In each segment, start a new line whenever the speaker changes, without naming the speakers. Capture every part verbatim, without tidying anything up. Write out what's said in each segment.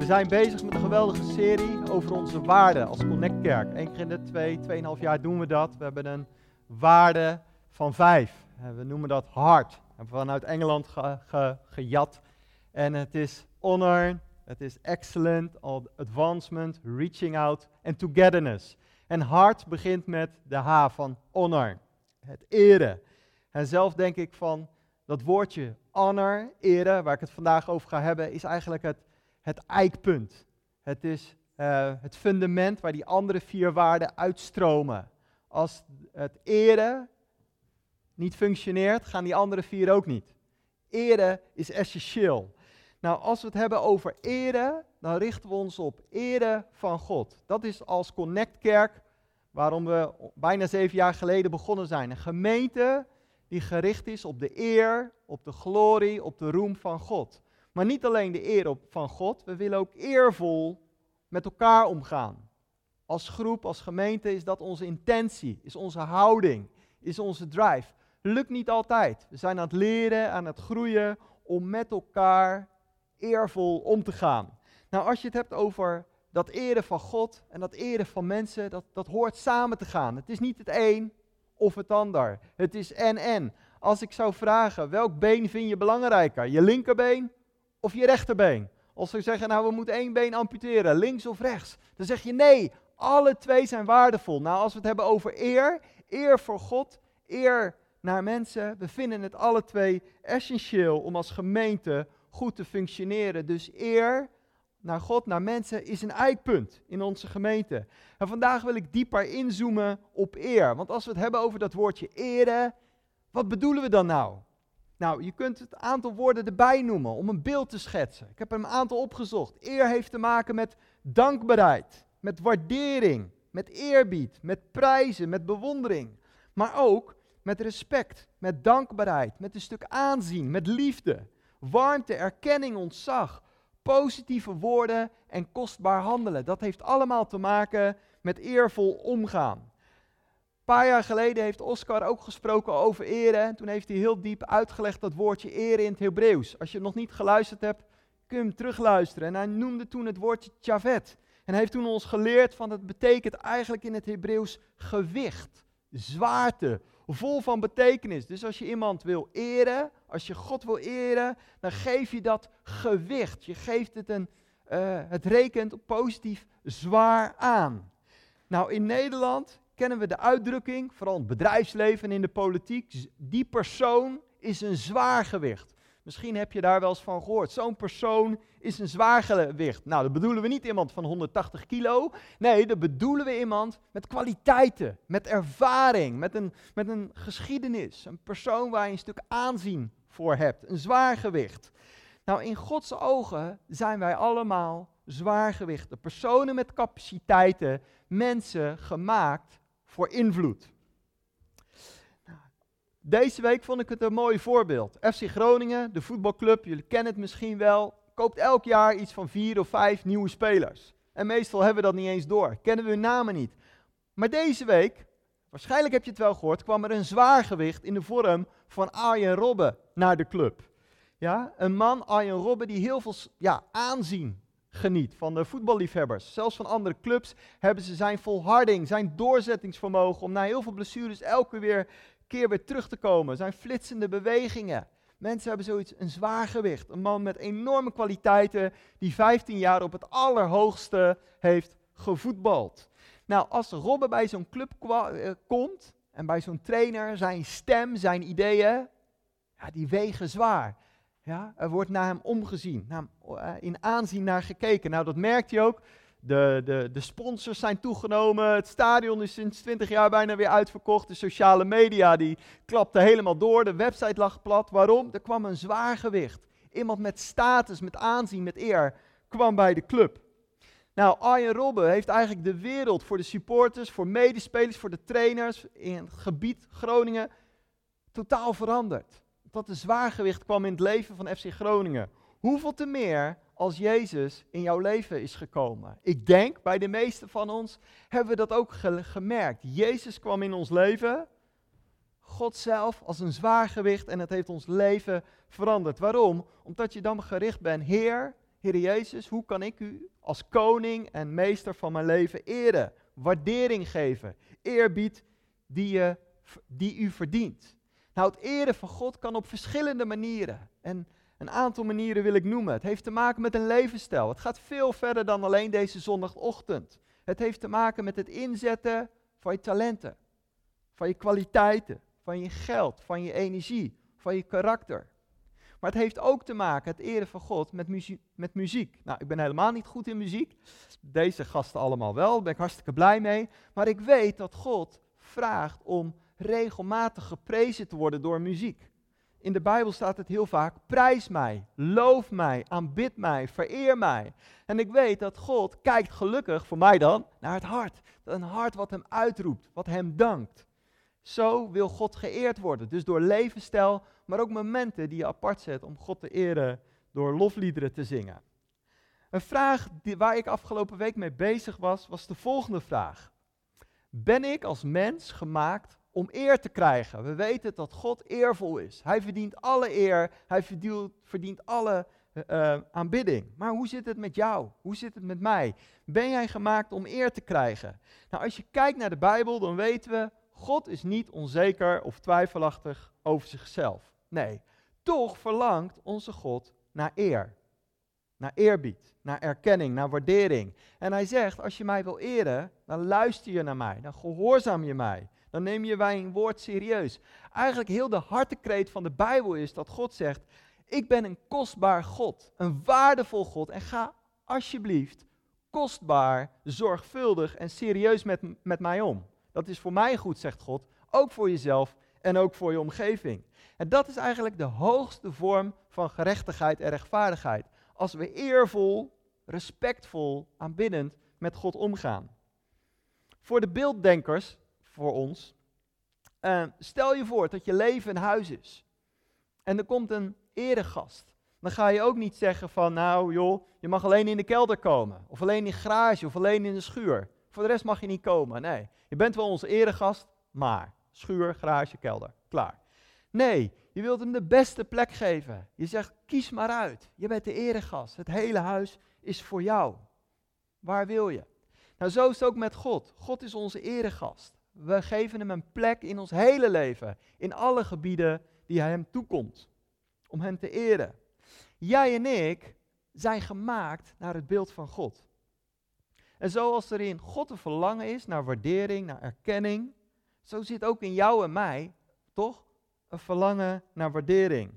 zijn bezig met een geweldige serie over onze waarden als Connect Kerk. Eén keer in de twee, tweeënhalf jaar doen we dat. We hebben een waarde van vijf. En we noemen dat hart. We hebben we vanuit Engeland ge, ge, gejat. En het is honor, het is excellent, advancement, reaching out en togetherness. En hart begint met de H van honor, het eren. En zelf denk ik van dat woordje honor, eren, waar ik het vandaag over ga hebben, is eigenlijk het, het eikpunt. Het is uh, het fundament waar die andere vier waarden uitstromen. Als het eren niet functioneert, gaan die andere vier ook niet. Eren is essentieel. Nou, als we het hebben over eren, dan richten we ons op eren van God. Dat is als Connect Kerk, waarom we bijna zeven jaar geleden begonnen zijn. Een gemeente die gericht is op de eer, op de glorie, op de roem van God. Maar niet alleen de eer op van God, we willen ook eervol met elkaar omgaan. Als groep, als gemeente is dat onze intentie, is onze houding, is onze drive. Lukt niet altijd. We zijn aan het leren, aan het groeien om met elkaar eervol om te gaan. Nou, als je het hebt over dat eren van God en dat eren van mensen, dat, dat hoort samen te gaan. Het is niet het een of het ander. Het is en-en. Als ik zou vragen, welk been vind je belangrijker? Je linkerbeen of je rechterbeen? Als we zeggen, nou we moeten één been amputeren, links of rechts. Dan zeg je nee, alle twee zijn waardevol. Nou, als we het hebben over eer, eer voor God, eer naar mensen. We vinden het alle twee essentieel om als gemeente goed te functioneren. Dus eer naar God, naar mensen is een eikpunt in onze gemeente. En vandaag wil ik dieper inzoomen op eer. Want als we het hebben over dat woordje eren, wat bedoelen we dan nou? Nou, je kunt het aantal woorden erbij noemen om een beeld te schetsen. Ik heb er een aantal opgezocht. Eer heeft te maken met dankbaarheid, met waardering, met eerbied, met prijzen, met bewondering. Maar ook met respect, met dankbaarheid, met een stuk aanzien, met liefde, warmte, erkenning, ontzag, positieve woorden en kostbaar handelen. Dat heeft allemaal te maken met eervol omgaan. Een paar jaar geleden heeft Oscar ook gesproken over eren. En toen heeft hij heel diep uitgelegd dat woordje eren in het Hebreeuws. Als je nog niet geluisterd hebt, kun je hem terugluisteren. En hij noemde toen het woordje tjavet. En hij heeft toen ons geleerd van het betekent eigenlijk in het Hebreeuws gewicht, zwaarte, vol van betekenis. Dus als je iemand wil eren, als je God wil eren, dan geef je dat gewicht. Je geeft het een, uh, het rekent positief zwaar aan. Nou, in Nederland kennen we de uitdrukking, vooral in het bedrijfsleven en in de politiek, die persoon is een zwaargewicht. Misschien heb je daar wel eens van gehoord. Zo'n persoon is een zwaargewicht. Nou, dat bedoelen we niet iemand van honderdtachtig kilo. Nee, dat bedoelen we iemand met kwaliteiten, met ervaring, met een, met een geschiedenis. Een persoon waar je een stuk aanzien voor hebt. Een zwaargewicht. Nou, in Gods ogen zijn wij allemaal zwaargewichten. Personen met capaciteiten, mensen gemaakt voor invloed. Deze week vond ik het een mooi voorbeeld. F C Groningen, de voetbalclub, jullie kennen het misschien wel, koopt elk jaar iets van vier of vijf nieuwe spelers. En meestal hebben we dat niet eens door, kennen we hun namen niet. Maar deze week, waarschijnlijk heb je het wel gehoord, kwam er een zwaargewicht in de vorm van Arjen Robben naar de club. Ja, een man, Arjen Robben, die heel veel ja, aanzien geniet van de voetballiefhebbers. Zelfs van andere clubs hebben ze zijn volharding, zijn doorzettingsvermogen om na heel veel blessures elke weer keer weer terug te komen. Zijn flitsende bewegingen. Mensen hebben zoiets, een zwaargewicht. Een man met enorme kwaliteiten die vijftien jaar op het allerhoogste heeft gevoetbald. Nou, als Robben bij zo'n club kwa- uh, komt en bij zo'n trainer, zijn stem, zijn ideeën, ja, die wegen zwaar. Ja, er wordt naar hem omgezien, naar hem, uh, in aanzien naar gekeken. Nou, dat merkt hij ook. De, de, de sponsors zijn toegenomen, het stadion is sinds twintig jaar bijna weer uitverkocht. De sociale media die klapte helemaal door, de website lag plat. Waarom? Er kwam een zwaargewicht. Iemand met status, met aanzien, met eer kwam bij de club. Nou, Arjen Robben heeft eigenlijk de wereld voor de supporters, voor medespelers, voor de trainers in het gebied Groningen totaal veranderd. Dat een zwaargewicht kwam in het leven van F C Groningen. Hoeveel te meer als Jezus in jouw leven is gekomen. Ik denk, bij de meesten van ons hebben we dat ook ge- gemerkt. Jezus kwam in ons leven, God zelf als een zwaargewicht en het heeft ons leven veranderd. Waarom? Omdat je dan gericht bent, Heer, Heer Jezus, hoe kan ik u als koning en meester van mijn leven eren, waardering geven, eerbied die, je, die u verdient? Nou, het eren van God kan op verschillende manieren. En een aantal manieren wil ik noemen. Het heeft te maken met een levensstijl. Het gaat veel verder dan alleen deze zondagochtend. Het heeft te maken met het inzetten van je talenten, van je kwaliteiten, van je geld, van je energie, van je karakter. Maar het heeft ook te maken, het eren van God, met muziek. Met muziek. Nou, ik ben helemaal niet goed in muziek. Deze gasten allemaal wel, daar ben ik hartstikke blij mee. Maar ik weet dat God vraagt om regelmatig geprezen te worden door muziek. In de Bijbel staat het heel vaak, prijs mij, loof mij, aanbid mij, vereer mij. En ik weet dat God kijkt gelukkig, voor mij dan, naar het hart. Een hart wat hem uitroept, wat hem dankt. Zo wil God geëerd worden. Dus door levensstijl, maar ook momenten die je apart zet om God te eren door lofliederen te zingen. Een vraag die, waar ik afgelopen week mee bezig was, was de volgende vraag. Ben ik als mens gemaakt om eer te krijgen? We weten dat God eervol is. Hij verdient alle eer, hij verdient, verdient alle uh, aanbidding. Maar hoe zit het met jou? Hoe zit het met mij? Ben jij gemaakt om eer te krijgen? Nou, als je kijkt naar de Bijbel, dan weten we, God is niet onzeker of twijfelachtig over zichzelf. Nee, toch verlangt onze God naar eer. Naar eerbied, naar erkenning, naar waardering. En hij zegt, als je mij wil eren, dan luister je naar mij, dan gehoorzaam je mij. Dan neem je mijn woord serieus. Eigenlijk heel de hartekreet van de Bijbel is dat God zegt, ik ben een kostbaar God, een waardevol God. En ga alsjeblieft kostbaar, zorgvuldig en serieus met, met mij om. Dat is voor mij goed, zegt God, ook voor jezelf en ook voor je omgeving. En dat is eigenlijk de hoogste vorm van gerechtigheid en rechtvaardigheid. Als we eervol, respectvol, aanbiddend met God omgaan. Voor de beelddenkers, voor ons, uh, stel je voor dat je leven een huis is. En er komt een eregast. Dan ga je ook niet zeggen van, nou joh, je mag alleen in de kelder komen. Of alleen in de garage, of alleen in de schuur. Voor de rest mag je niet komen. Nee, je bent wel onze eregast, maar schuur, garage, kelder, klaar. Nee, je wilt hem de beste plek geven. Je zegt, kies maar uit. Je bent de eregast. Het hele huis is voor jou. Waar wil je? Nou, zo is het ook met God. God is onze eregast. We geven hem een plek in ons hele leven. In alle gebieden die hij hem toekomt. Om hem te eren. Jij en ik zijn gemaakt naar het beeld van God. En zoals er in God een verlangen is naar waardering, naar erkenning, zo zit ook in jou en mij, toch, een verlangen naar waardering.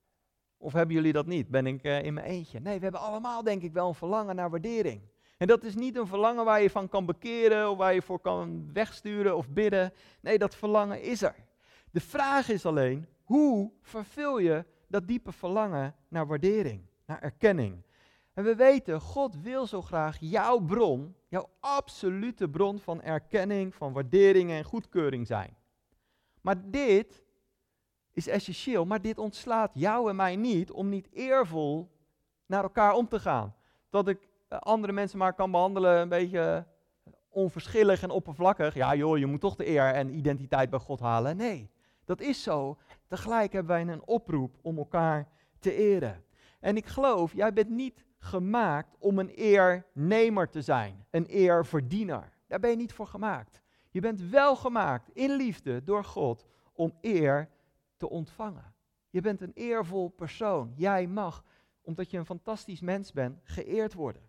Of hebben jullie dat niet? Ben ik uh, in mijn eentje? Nee, we hebben allemaal denk ik wel een verlangen naar waardering. En dat is niet een verlangen waar je van kan bekeren, of waar je voor kan wegsturen of bidden. Nee, dat verlangen is er. De vraag is alleen, hoe vervul je dat diepe verlangen naar waardering, naar erkenning? En we weten, God wil zo graag jouw bron, jouw absolute bron van erkenning, van waardering en goedkeuring zijn. Maar dit is essentieel, maar dit ontslaat jou en mij niet om niet eervol naar elkaar om te gaan. Dat ik andere mensen maar kan behandelen een beetje onverschillig en oppervlakkig. Ja joh, je moet toch de eer en identiteit bij God halen. Nee, dat is zo. Tegelijk hebben wij een oproep om elkaar te eren. En ik geloof, jij bent niet gemaakt om een eernemer te zijn, een eerverdiener. Daar ben je niet voor gemaakt. Je bent wel gemaakt in liefde door God om eer te ontvangen. Je bent een eervol persoon. Jij mag, omdat je een fantastisch mens bent, geëerd worden.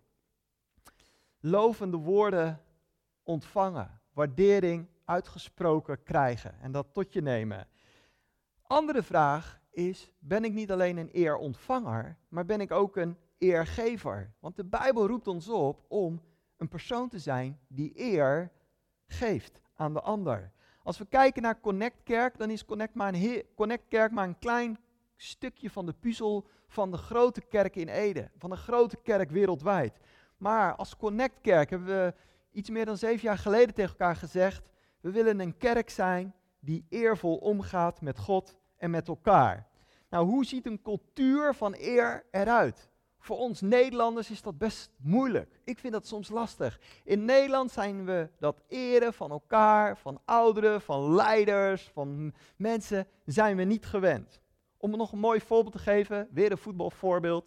Lovende woorden ontvangen, waardering uitgesproken krijgen en dat tot je nemen. Andere vraag is, ben ik niet alleen een eerontvanger, maar ben ik ook een eergever? Want de Bijbel roept ons op om een persoon te zijn die eer geeft aan de ander. Als we kijken naar Connect Kerk, dan is Connect, maar een he- Connect Kerk maar een klein stukje van de puzzel van de grote kerk in Ede. Van de grote kerk wereldwijd. Maar als Connect Kerk hebben we iets meer dan zeven jaar geleden tegen elkaar gezegd, we willen een kerk zijn die eervol omgaat met God en met elkaar. Nou, hoe ziet een cultuur van eer eruit? Voor ons Nederlanders is dat best moeilijk. Ik vind dat soms lastig. In Nederland zijn we dat eren van elkaar, van ouderen, van leiders, van mensen, zijn we niet gewend. Om nog een mooi voorbeeld te geven, weer een voetbalvoorbeeld.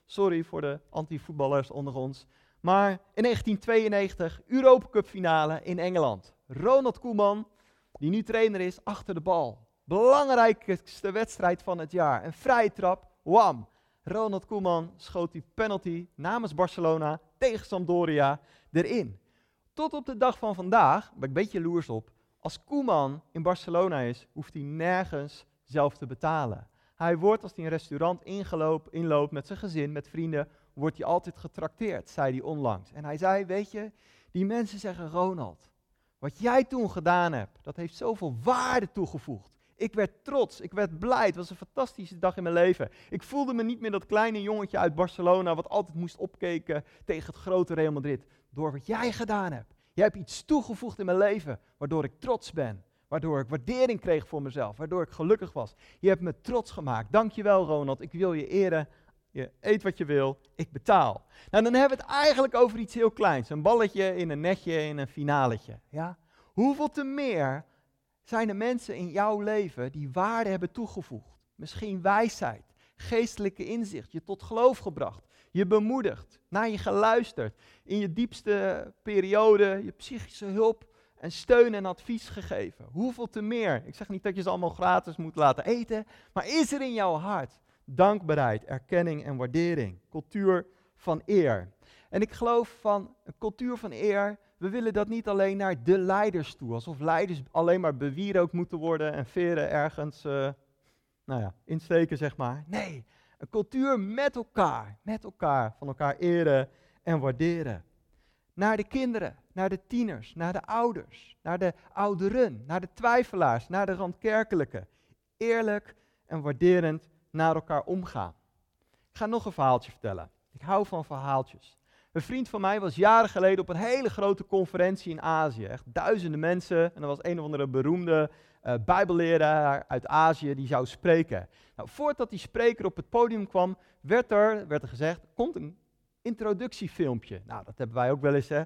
Sorry voor de anti-voetballers onder ons. Maar in negentien tweeënnegentig, Europa Cup finale in Engeland. Ronald Koeman, die nu trainer is, achter de bal. Belangrijkste wedstrijd van het jaar. Een vrije trap, wam. Ronald Koeman schoot die penalty namens Barcelona tegen Sampdoria erin. Tot op de dag van vandaag, daar ben ik een beetje jaloers op, als Koeman in Barcelona is, hoeft hij nergens zelf te betalen. Hij wordt, als hij een restaurant ingeloop, inloopt met zijn gezin, met vrienden, wordt hij altijd getrakteerd, zei hij onlangs. En hij zei, weet je, die mensen zeggen, Ronald, wat jij toen gedaan hebt, dat heeft zoveel waarde toegevoegd. Ik werd trots, ik werd blij, het was een fantastische dag in mijn leven. Ik voelde me niet meer dat kleine jongetje uit Barcelona, wat altijd moest opkeken tegen het grote Real Madrid. Door wat jij gedaan hebt. Jij hebt iets toegevoegd in mijn leven, waardoor ik trots ben. Waardoor ik waardering kreeg voor mezelf, waardoor ik gelukkig was. Je hebt me trots gemaakt. Dankjewel Ronald, ik wil je eren. Je eet wat je wil, ik betaal. Nou, dan hebben we het eigenlijk over iets heel kleins. Een balletje in een netje in een finaletje. Ja? Hoeveel te meer zijn er mensen in jouw leven die waarde hebben toegevoegd? Misschien wijsheid, geestelijke inzicht, je tot geloof gebracht. Je bemoedigd, naar je geluisterd. In je diepste periode je psychische hulp en steun en advies gegeven. Hoeveel te meer? Ik zeg niet dat je ze allemaal gratis moet laten eten, maar is er in jouw hart dankbaarheid, erkenning en waardering? Cultuur van eer. En ik geloof van een cultuur van eer, we willen dat niet alleen naar de leiders toe, alsof leiders alleen maar bewierookt moeten worden en veren ergens uh, nou ja, insteken, zeg maar. Nee, een cultuur met elkaar, met elkaar, van elkaar eren en waarderen. Naar de kinderen, naar de tieners, naar de ouders, naar de ouderen, naar de twijfelaars, naar de randkerkelijke. Eerlijk en waarderend naar elkaar omgaan. Ik ga nog een verhaaltje vertellen. Ik hou van verhaaltjes. Een vriend van mij was jaren geleden op een hele grote conferentie in Azië. Echt duizenden mensen. En er was een of andere beroemde uh, bijbelleraar uit Azië die zou spreken. Nou, voordat die spreker op het podium kwam, werd er, werd er gezegd, komt een introductiefilmpje. Nou, dat hebben wij ook wel eens, hè.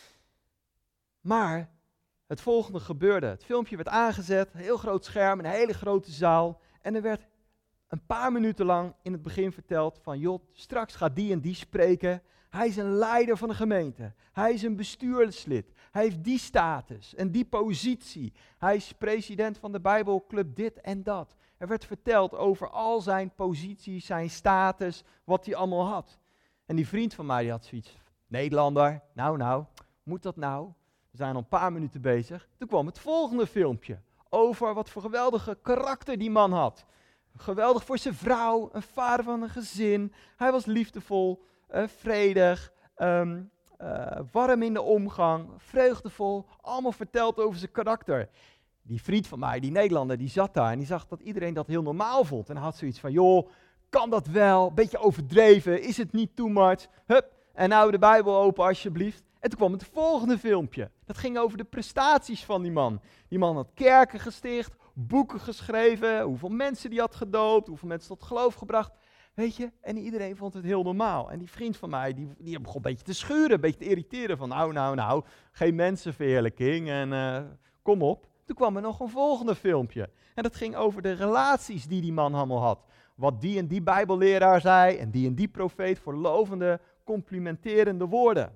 Maar het volgende gebeurde. Het filmpje werd aangezet, een heel groot scherm, een hele grote zaal. En er werd een paar minuten lang in het begin verteld van, joh, straks gaat die en die spreken. Hij is een leider van een gemeente. Hij is een bestuurslid. Hij heeft die status en die positie. Hij is president van de Bijbelclub dit en dat. Er werd verteld over al zijn posities, zijn status, wat hij allemaal had. En die vriend van mij die had zoiets, Nederlander, nou nou, moet dat nou? We zijn al een paar minuten bezig. Toen kwam het volgende filmpje over wat voor geweldige karakter die man had. Geweldig voor zijn vrouw, een vader van een gezin. Hij was liefdevol, uh, vredig, um, uh, warm in de omgang, vreugdevol. Allemaal verteld over zijn karakter. Die vriend van mij, die Nederlander, die zat daar en die zag dat iedereen dat heel normaal vond. En hij had zoiets van, joh, kan dat wel? Beetje overdreven, is het niet too much? Hup, en nou de Bijbel open alsjeblieft. En toen kwam het volgende filmpje. Dat ging over de prestaties van die man. Die man had kerken gesticht, boeken geschreven, hoeveel mensen die had gedoopt, hoeveel mensen tot geloof gebracht. Weet je, en iedereen vond het heel normaal. En die vriend van mij, die, die begon een beetje te schuren, een beetje te irriteren. Van nou, nou, nou, geen mensenverheerlijking en uh, kom op. Toen kwam er nog een volgende filmpje. En dat ging over de relaties die die man allemaal had. Wat die en die bijbelleraar zei en die en die profeet voor lovende, complimenterende woorden.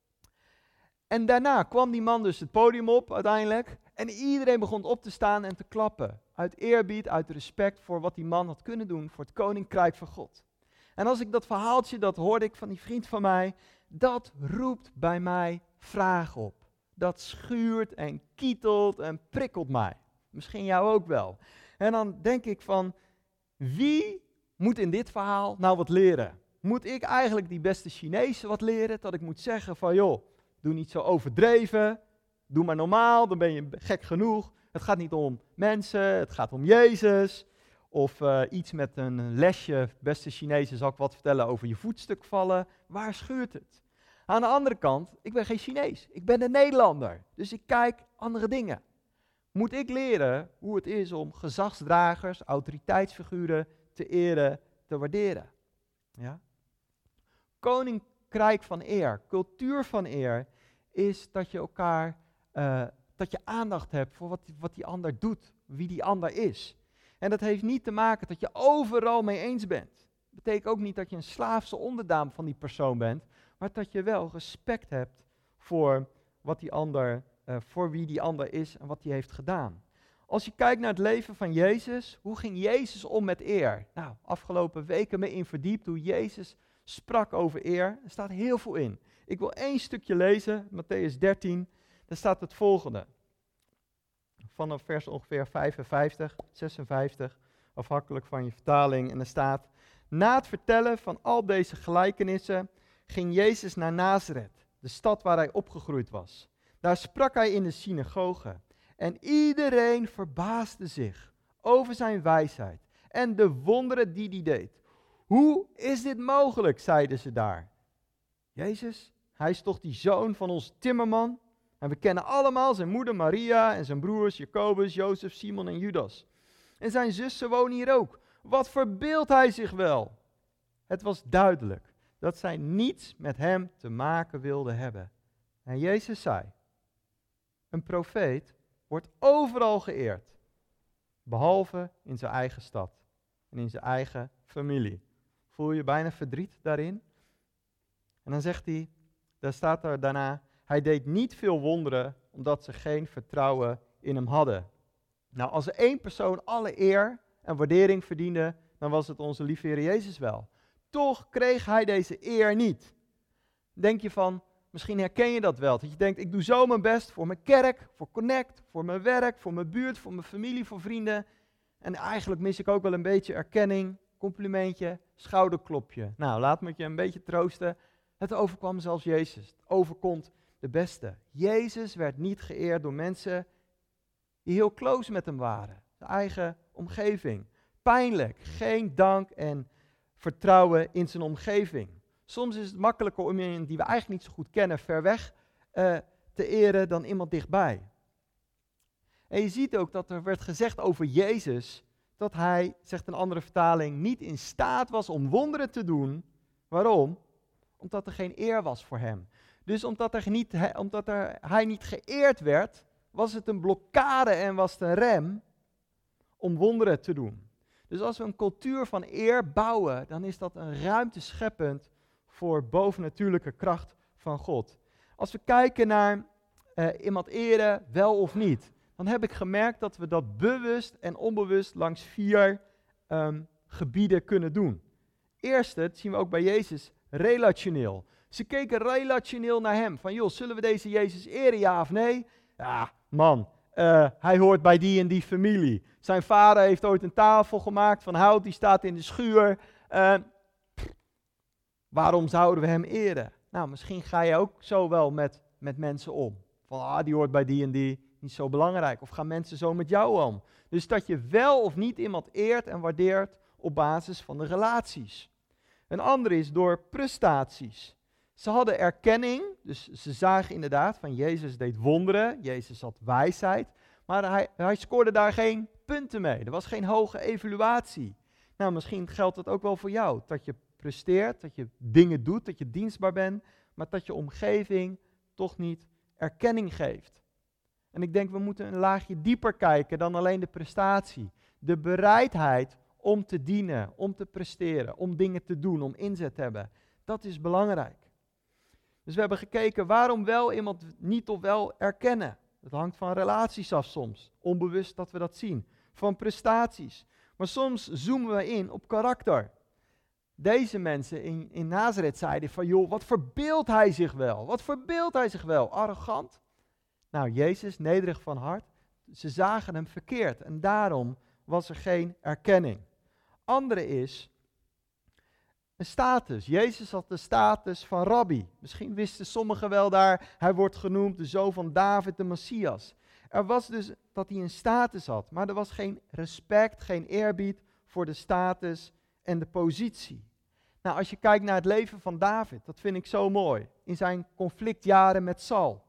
En daarna kwam die man dus het podium op uiteindelijk. En iedereen begon op te staan en te klappen. Uit eerbied, uit respect voor wat die man had kunnen doen voor het koninkrijk van God. En als ik dat verhaaltje, dat hoorde ik van die vriend van mij, dat roept bij mij vragen op. Dat schuurt en kietelt en prikkelt mij. Misschien jou ook wel. En dan denk ik van, wie moet in dit verhaal nou wat leren? Moet ik eigenlijk die beste Chinezen wat leren? Dat ik moet zeggen van, joh, doe niet zo overdreven. Doe maar normaal, dan ben je gek genoeg. Het gaat niet om mensen, het gaat om Jezus. Of uh, iets met een lesje, beste Chinezen, zal ik wat vertellen over je voetstuk vallen. Waar schuurt het? Aan de andere kant, ik ben geen Chinees, ik ben een Nederlander. Dus ik kijk andere dingen. Moet ik leren hoe het is om gezagsdragers, autoriteitsfiguren te eren, te waarderen? Ja? Koninkrijk van eer, cultuur van eer, is dat je elkaar, uh, dat je aandacht hebt voor wat, wat die ander doet, wie die ander is. En dat heeft niet te maken dat je overal mee eens bent. Dat betekent ook niet dat je een slaafse onderdaan van die persoon bent, maar dat je wel respect hebt voor, wat die ander, uh, voor wie die ander is en wat hij heeft gedaan. Als je kijkt naar het leven van Jezus, hoe ging Jezus om met eer? Nou, afgelopen weken me in verdiept hoe Jezus sprak over eer. Er staat heel veel in. Ik wil één stukje lezen, Mattheüs dertien. Daar staat het volgende. Vanaf vers ongeveer vijfenvijftig, zesenvijftig, afhankelijk van je vertaling. En er staat: na het vertellen van al deze gelijkenissen ging Jezus naar Nazareth, de stad waar hij opgegroeid was. Daar sprak hij in de synagoge. En iedereen verbaasde zich over zijn wijsheid en de wonderen die hij deed. Hoe is dit mogelijk, zeiden ze daar. Jezus, hij is toch die zoon van ons timmerman? En we kennen allemaal zijn moeder Maria en zijn broers Jacobus, Jozef, Simon en Judas. En zijn zussen wonen hier ook. Wat verbeeldt hij zich wel? Het was duidelijk dat zij niets met hem te maken wilden hebben. En Jezus zei: een profeet wordt overal geëerd, behalve in zijn eigen stad en in zijn eigen familie. Voel je bijna verdriet daarin? En dan zegt hij, daar staat er daarna, hij deed niet veel wonderen, omdat ze geen vertrouwen in hem hadden. Nou, als er één persoon alle eer en waardering verdiende, dan was het onze lieve Heer Jezus wel. Toch kreeg hij deze eer niet. Denk je van, misschien herken je dat wel, dat je denkt, ik doe zo mijn best voor mijn kerk, voor Connect, voor mijn werk, voor mijn buurt, voor mijn familie, voor vrienden. En eigenlijk mis ik ook wel een beetje erkenning, complimentje, schouderklopje. Nou, laat me je een beetje troosten. Het overkwam zelfs Jezus. Het overkomt de beste. Jezus werd niet geëerd door mensen die heel close met hem waren. Zijn eigen omgeving. Pijnlijk. Geen dank en vertrouwen in zijn omgeving. Soms is het makkelijker om iemand die we eigenlijk niet zo goed kennen ver weg uh, te eren dan iemand dichtbij. En je ziet ook dat er werd gezegd over Jezus dat hij, zegt een andere vertaling, niet in staat was om wonderen te doen. Waarom? Omdat er geen eer was voor hem. Dus omdat, er niet, omdat er, hij niet geëerd werd, was het een blokkade en was het een rem om wonderen te doen. Dus als we een cultuur van eer bouwen, dan is dat een ruimte scheppend voor bovennatuurlijke kracht van God. Als we kijken naar uh, iemand eren, wel of niet, dan heb ik gemerkt dat we dat bewust en onbewust langs vier um, gebieden kunnen doen. Eerste, dat zien we ook bij Jezus, relationeel. Ze keken relationeel naar hem. Van joh, zullen we deze Jezus eren, ja of nee? Ja, man, uh, hij hoort bij die en die familie. Zijn vader heeft ooit een tafel gemaakt van hout, die staat in de schuur. Uh, pff, waarom zouden we hem eren? Nou, misschien ga je ook zo wel met, met mensen om. Van ah, die hoort bij die en die, niet zo belangrijk. Of gaan mensen zo met jou om? Dus dat je wel of niet iemand eert en waardeert op basis van de relaties. Een andere is door prestaties. Ze hadden erkenning, dus ze zagen inderdaad van Jezus deed wonderen, Jezus had wijsheid, maar hij, hij scoorde daar geen punten mee. Er was geen hoge evaluatie. Nou, misschien geldt dat ook wel voor jou, dat je presteert, dat je dingen doet, dat je dienstbaar bent, maar dat je omgeving toch niet erkenning geeft. En ik denk we moeten een laagje dieper kijken dan alleen de prestatie. De bereidheid om te dienen, om te presteren, om dingen te doen, om inzet te hebben. Dat is belangrijk. Dus we hebben gekeken waarom wel iemand niet of wel erkennen. Dat hangt van relaties af soms. Onbewust dat we dat zien. Van prestaties. Maar soms zoomen we in op karakter. Deze mensen in, in Nazareth zeiden van joh, wat verbeeldt hij zich wel? Wat verbeeldt hij zich wel? Arrogant. Nou, Jezus, nederig van hart. Ze zagen hem verkeerd en daarom was er geen erkenning. Andere is een status. Jezus had de status van rabbi. Misschien wisten sommigen wel daar, hij wordt genoemd de zoon van David, de Messias. Er was dus dat hij een status had, maar er was geen respect, geen eerbied voor de status en de positie. Nou, als je kijkt naar het leven van David, dat vind ik zo mooi, in zijn conflictjaren met Saul.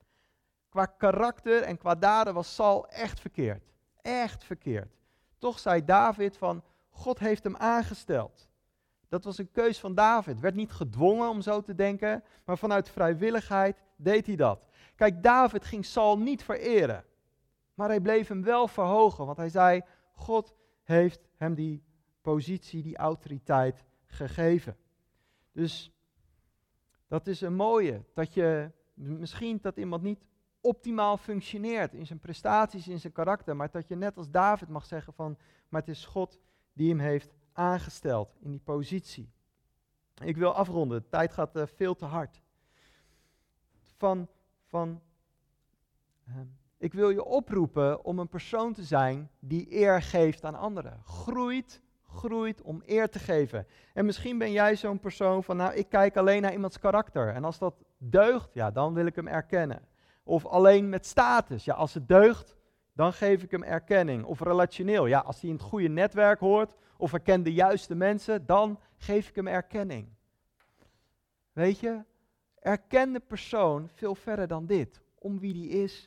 Qua karakter en qua daden was Saul echt verkeerd. Echt verkeerd. Toch zei David van, God heeft hem aangesteld. Dat was een keus van David. Werd niet gedwongen om zo te denken, maar vanuit vrijwilligheid deed hij dat. Kijk, David ging Saul niet vereren, maar hij bleef hem wel verhogen, want hij zei, God heeft hem die positie, die autoriteit gegeven. Dus dat is een mooie, dat je misschien dat iemand niet optimaal functioneert in zijn prestaties, in zijn karakter, maar dat je net als David mag zeggen van, maar het is God die hem heeft aangesteld in die positie. Ik wil afronden, de tijd gaat uh, veel te hard. Van, van, uh, ik wil je oproepen om een persoon te zijn die eer geeft aan anderen. Groeit, groeit om eer te geven. En misschien ben jij zo'n persoon van, nou, ik kijk alleen naar iemands karakter. En als dat deugt, ja, dan wil ik hem erkennen. Of alleen met status. Ja, als het deugt, dan geef ik hem erkenning. Of relationeel. Ja, als hij in het goede netwerk hoort, of hij kent de juiste mensen, dan geef ik hem erkenning. Weet je, erken de persoon veel verder dan dit. Om wie die is.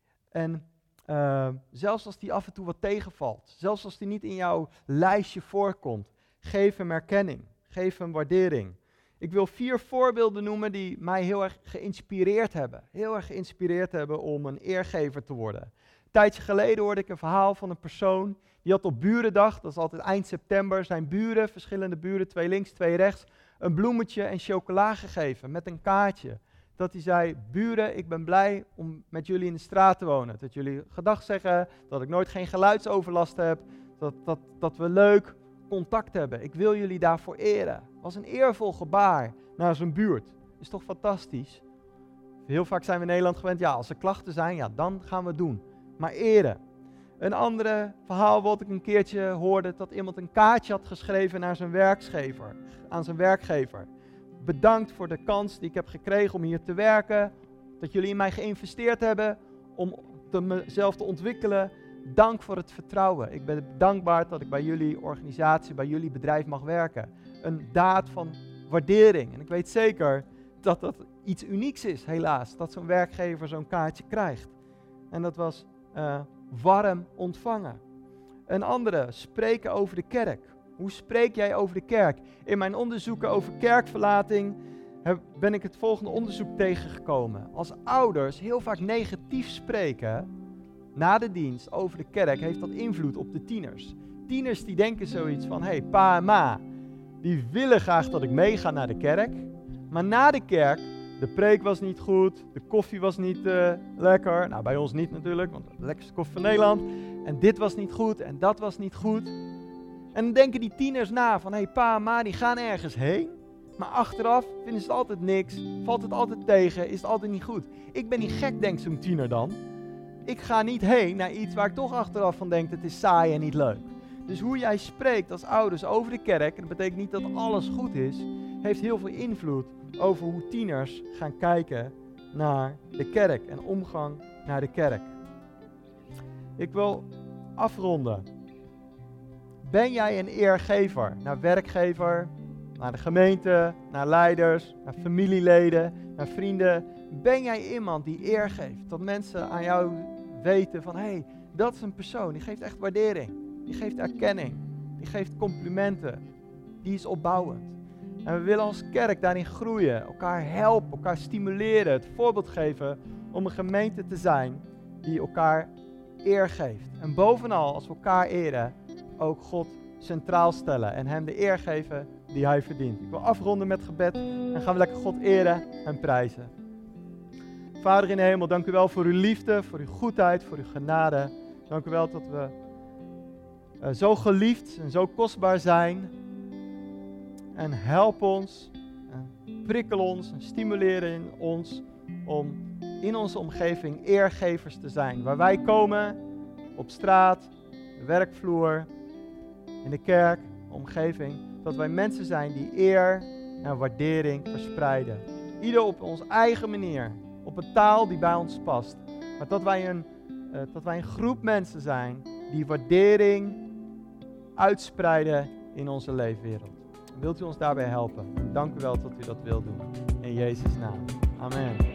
En uh, zelfs als die af en toe wat tegenvalt. Zelfs als die niet in jouw lijstje voorkomt. Geef hem erkenning. Geef hem waardering. Ik wil vier voorbeelden noemen die mij heel erg geïnspireerd hebben. Heel erg geïnspireerd hebben om een eergever te worden. Een tijdje geleden hoorde ik een verhaal van een persoon. Die had op Burendag, dat is altijd eind september, zijn buren, verschillende buren, twee links, twee rechts, een bloemetje en chocola gegeven met een kaartje. Dat hij zei, buren, ik ben blij om met jullie in de straat te wonen. Dat jullie gedag zeggen, dat ik nooit geen geluidsoverlast heb, dat, dat, dat we leuk contact hebben. Ik wil jullie daarvoor eren. Het was een eervol gebaar naar zijn buurt. Is toch fantastisch? Heel vaak zijn we in Nederland gewend, ja, als er klachten zijn, ja, dan gaan we het doen. Maar eren. Een andere verhaal wat ik een keertje hoorde, dat iemand een kaartje had geschreven naar zijn werkgever, aan zijn werkgever. Bedankt voor de kans die ik heb gekregen om hier te werken, dat jullie in mij geïnvesteerd hebben om te mezelf te ontwikkelen. Dank voor het vertrouwen. Ik ben dankbaar dat ik bij jullie organisatie, bij jullie bedrijf mag werken. Een daad van waardering. En ik weet zeker dat dat iets unieks is, helaas, dat zo'n werkgever zo'n kaartje krijgt. En dat was uh, warm ontvangen. Een andere, spreken over de kerk. Hoe spreek jij over de kerk? In mijn onderzoeken over kerkverlating heb, ben ik het volgende onderzoek tegengekomen. Als ouders heel vaak negatief spreken na de dienst over de kerk, heeft dat invloed op de tieners. Tieners die denken zoiets van, hé, hey, pa en ma, die willen graag dat ik meega naar de kerk. Maar na de kerk, de preek was niet goed, de koffie was niet uh, lekker. Nou, bij ons niet natuurlijk, want de lekkerste koffie van Nederland. En dit was niet goed en dat was niet goed. En dan denken die tieners na van, hé, hey, pa en ma, die gaan ergens heen. Maar achteraf vinden ze het altijd niks, valt het altijd tegen, is het altijd niet goed. Ik ben niet gek, denkt zo'n tiener dan. Ik ga niet heen naar iets waar ik toch achteraf van denk, het is saai en niet leuk. Dus hoe jij spreekt als ouders over de kerk, en dat betekent niet dat alles goed is, heeft heel veel invloed over hoe tieners gaan kijken naar de kerk en omgang naar de kerk. Ik wil afronden. Ben jij een eergever naar werkgever, naar de gemeente, naar leiders, naar familieleden, naar vrienden? Ben jij iemand die eer geeft? Dat mensen aan jou weten van, hé, hey, dat is een persoon, die geeft echt waardering. Die geeft erkenning. Die geeft complimenten. Die is opbouwend. En we willen als kerk daarin groeien. Elkaar helpen, elkaar stimuleren, het voorbeeld geven om een gemeente te zijn die elkaar eer geeft. En bovenal, als we elkaar eren, ook God centraal stellen en hem de eer geven die hij verdient. Ik wil afronden met gebed en gaan we lekker God eren en prijzen. Vader in de hemel, dank u wel voor uw liefde, voor uw goedheid, voor uw genade. Dank u wel dat we uh, zo geliefd en zo kostbaar zijn. En help ons, en prikkel ons en stimuleer in ons om in onze omgeving eergevers te zijn. Waar wij komen, op straat, de werkvloer, in de kerk, omgeving, dat wij mensen zijn die eer en waardering verspreiden. Ieder op onze eigen manier, op een taal die bij ons past. Maar dat wij een, uh, dat wij een groep mensen zijn die waardering uitspreiden in onze leefwereld. Wilt u ons daarbij helpen? Dank u wel dat u dat wilt doen. In Jezus' naam. Amen.